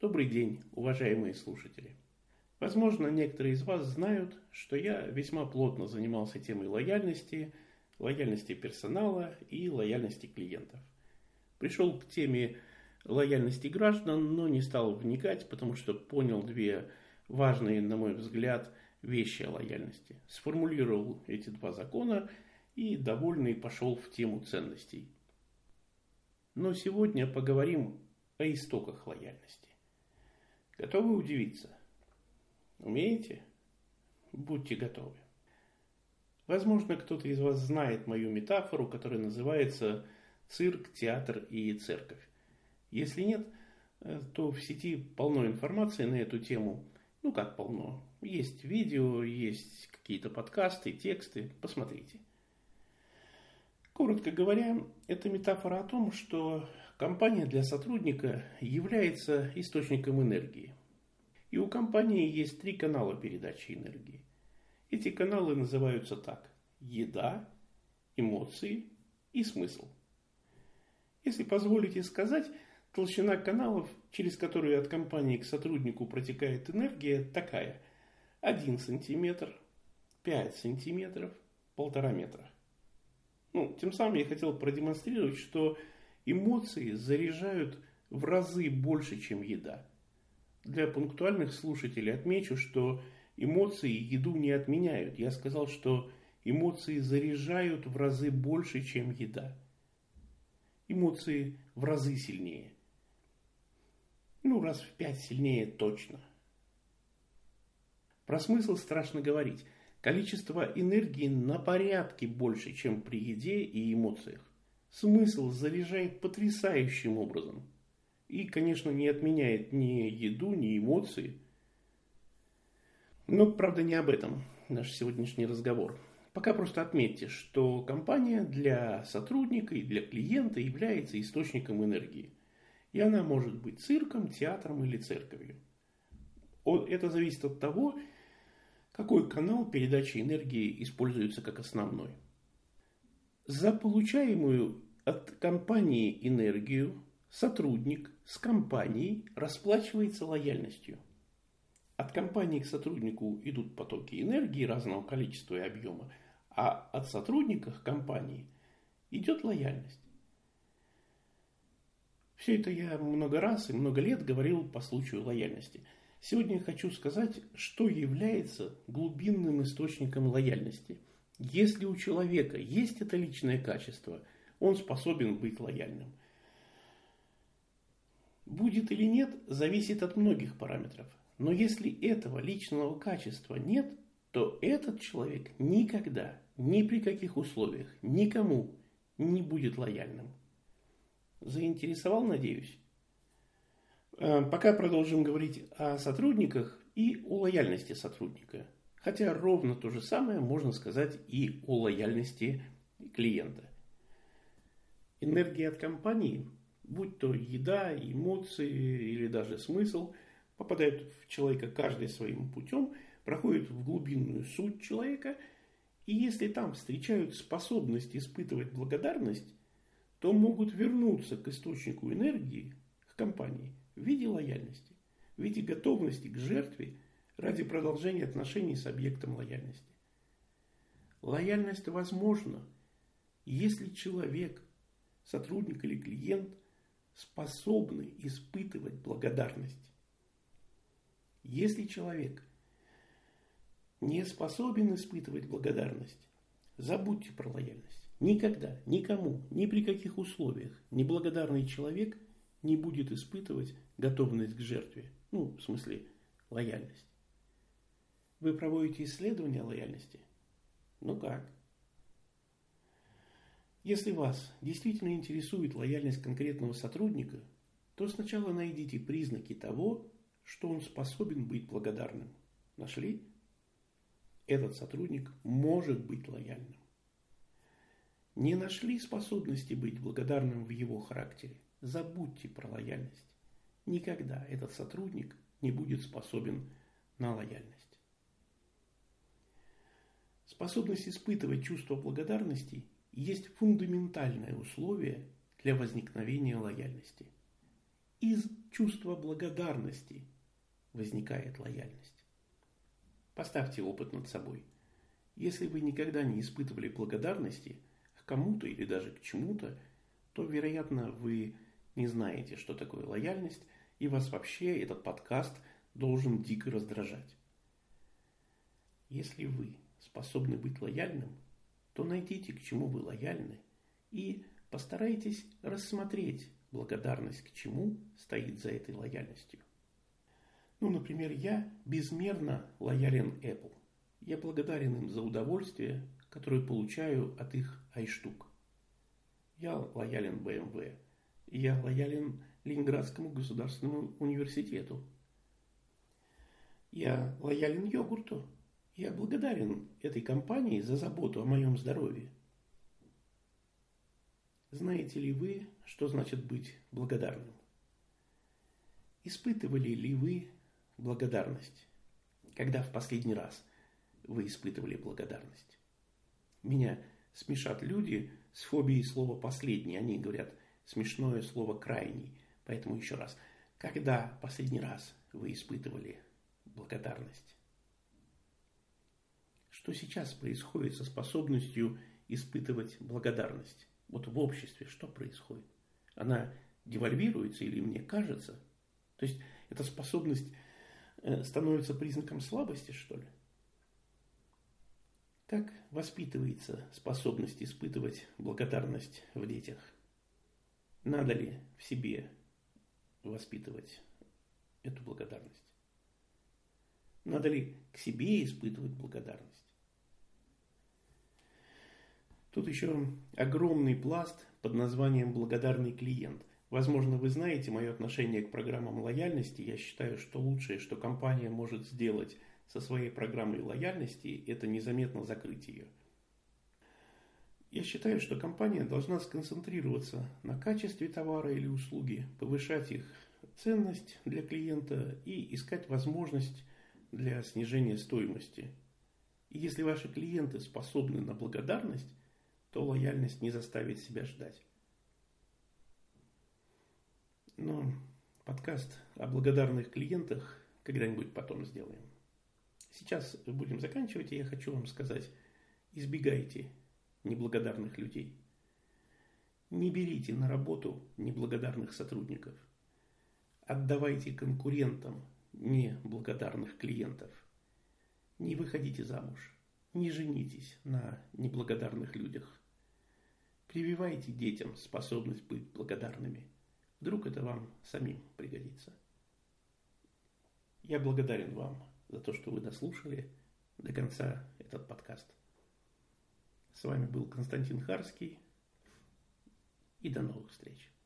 Добрый день, уважаемые слушатели. Возможно, некоторые из вас знают, что я весьма плотно занимался темой лояльности персонала и лояльности клиентов. Пришел к теме лояльности граждан, но не стал вникать, потому что понял две важные, на мой взгляд, вещи о лояльности. Сформулировал эти два закона и, довольный, пошел в тему ценностей. Но сегодня поговорим о истоках лояльности. Готовы удивиться? Умеете? Будьте готовы. Возможно, кто-то из вас знает мою метафору, которая называется «цирк, театр и церковь». Если нет, то в сети полно информации на эту тему. Ну как полно? Есть видео, есть какие-то подкасты, тексты. Посмотрите. Коротко говоря, это метафора о том, что компания для сотрудника является источником энергии. И у компании есть 3 канала передачи энергии. Эти каналы называются так: еда, эмоции и смысл. Если позволите сказать, толщина каналов, через которые от компании к сотруднику протекает энергия, такая: 1 сантиметр, 5 сантиметров, 1,5 метра. Тем самым я хотел продемонстрировать, что эмоции заряжают в разы больше, чем еда. Для пунктуальных слушателей отмечу, что эмоции еду не отменяют. Я сказал, что эмоции заряжают в разы больше, чем еда. Эмоции в разы сильнее. Раз в 5 сильнее точно. Про смысл страшно говорить. Количество энергии на порядке больше, чем при еде и эмоциях. Смысл заряжает потрясающим образом. И, конечно, не отменяет ни еду, ни эмоции. Но, правда, не об этом наш сегодняшний разговор. Пока просто отметьте, что компания для сотрудника и для клиента является источником энергии. И она может быть цирком, театром или церковью. Это зависит от того, какой канал передачи энергии используется как основной. За получаемую от компании энергию сотрудник с компанией расплачивается лояльностью. От компании к сотруднику идут потоки энергии разного количества и объема, а от сотрудника к компании идет лояльность. Все это я много раз и много лет говорил по случаю лояльности. Сегодня я хочу сказать, что является глубинным источником лояльности. Если у человека есть это личное качество, он способен быть лояльным. Будет или нет, зависит от многих параметров. Но если этого личного качества нет, то этот человек никогда, ни при каких условиях, никому не будет лояльным. Заинтересовал, надеюсь? Пока продолжим говорить о сотрудниках и о лояльности сотрудника. Хотя ровно то же самое можно сказать и о лояльности клиента. Энергия от компании, будь то еда, эмоции или даже смысл, попадают в человека каждый своим путем, проходят в глубинную суть человека, и если там встречают способность испытывать благодарность, то могут вернуться к источнику энергии, к компании, в виде лояльности, в виде готовности к жертве ради продолжения отношений с объектом лояльности. Лояльность возможна, если человек, сотрудник или клиент, способны испытывать благодарность. Если человек не способен испытывать благодарность, забудьте про лояльность. Никогда, никому, ни при каких условиях неблагодарный человек не будет испытывать готовность к жертве. В смысле, лояльность. Вы проводите исследования лояльности? Как? Если вас действительно интересует лояльность конкретного сотрудника, то сначала найдите признаки того, что он способен быть благодарным. Нашли? Этот сотрудник может быть лояльным. Не нашли способности быть благодарным в его характере? Забудьте про лояльность. Никогда этот сотрудник не будет способен на лояльность. Способность испытывать чувство благодарности есть фундаментальное условие для возникновения лояльности. из чувства благодарности возникает лояльность. Поставьте опыт над собой. Если вы никогда не испытывали благодарности к кому-то или даже к чему-то, то, вероятно, вы не знаете, что такое лояльность, и вас вообще этот подкаст должен дико раздражать. Если вы способны быть лояльным, то найдите, к чему вы лояльны, и постарайтесь рассмотреть благодарность, к чему стоит за этой лояльностью. Например, я безмерно лоялен Apple. Я благодарен им за удовольствие, которое получаю от их iStук. Я лоялен BMW. Я лоялен Ленинградскому государственному университету. Я лоялен йогурту. Я благодарен этой компании за заботу о моем здоровье. Знаете ли вы, что значит быть благодарным? Испытывали ли вы благодарность? Когда в последний раз вы испытывали благодарность? Меня смешат люди с фобией слова «последний». Они говорят смешное слово «крайний». Поэтому еще раз. Когда последний раз вы испытывали благодарность? Что сейчас происходит со способностью испытывать благодарность? Вот в обществе что происходит? Она девальвируется или мне кажется? То есть эта способность становится признаком слабости, что ли? Как воспитывается способность испытывать благодарность в детях? Надо ли в себе воспитывать эту благодарность? Надо ли к себе испытывать благодарность? Тут еще огромный пласт под названием «благодарный клиент». Возможно, вы знаете мое отношение к программам лояльности. Я считаю, что лучшее, что компания может сделать со своей программой лояльности, это незаметно закрыть ее. Я считаю, что компания должна сконцентрироваться на качестве товара или услуги, повышать их ценность для клиента и искать возможность для снижения стоимости. И если ваши клиенты способны на благодарность, то лояльность не заставит себя ждать. Но подкаст о благодарных клиентах когда-нибудь потом сделаем. Сейчас будем заканчивать, и я хочу вам сказать, избегайте неблагодарных людей. Не берите на работу неблагодарных сотрудников. Отдавайте конкурентам неблагодарных клиентов. Не выходите замуж. Не женитесь на неблагодарных людях. Прививайте детям способность быть благодарными. Вдруг это вам самим пригодится. Я благодарен вам за то, что вы дослушали до конца этот подкаст. С вами был Константин Харский. И до новых встреч.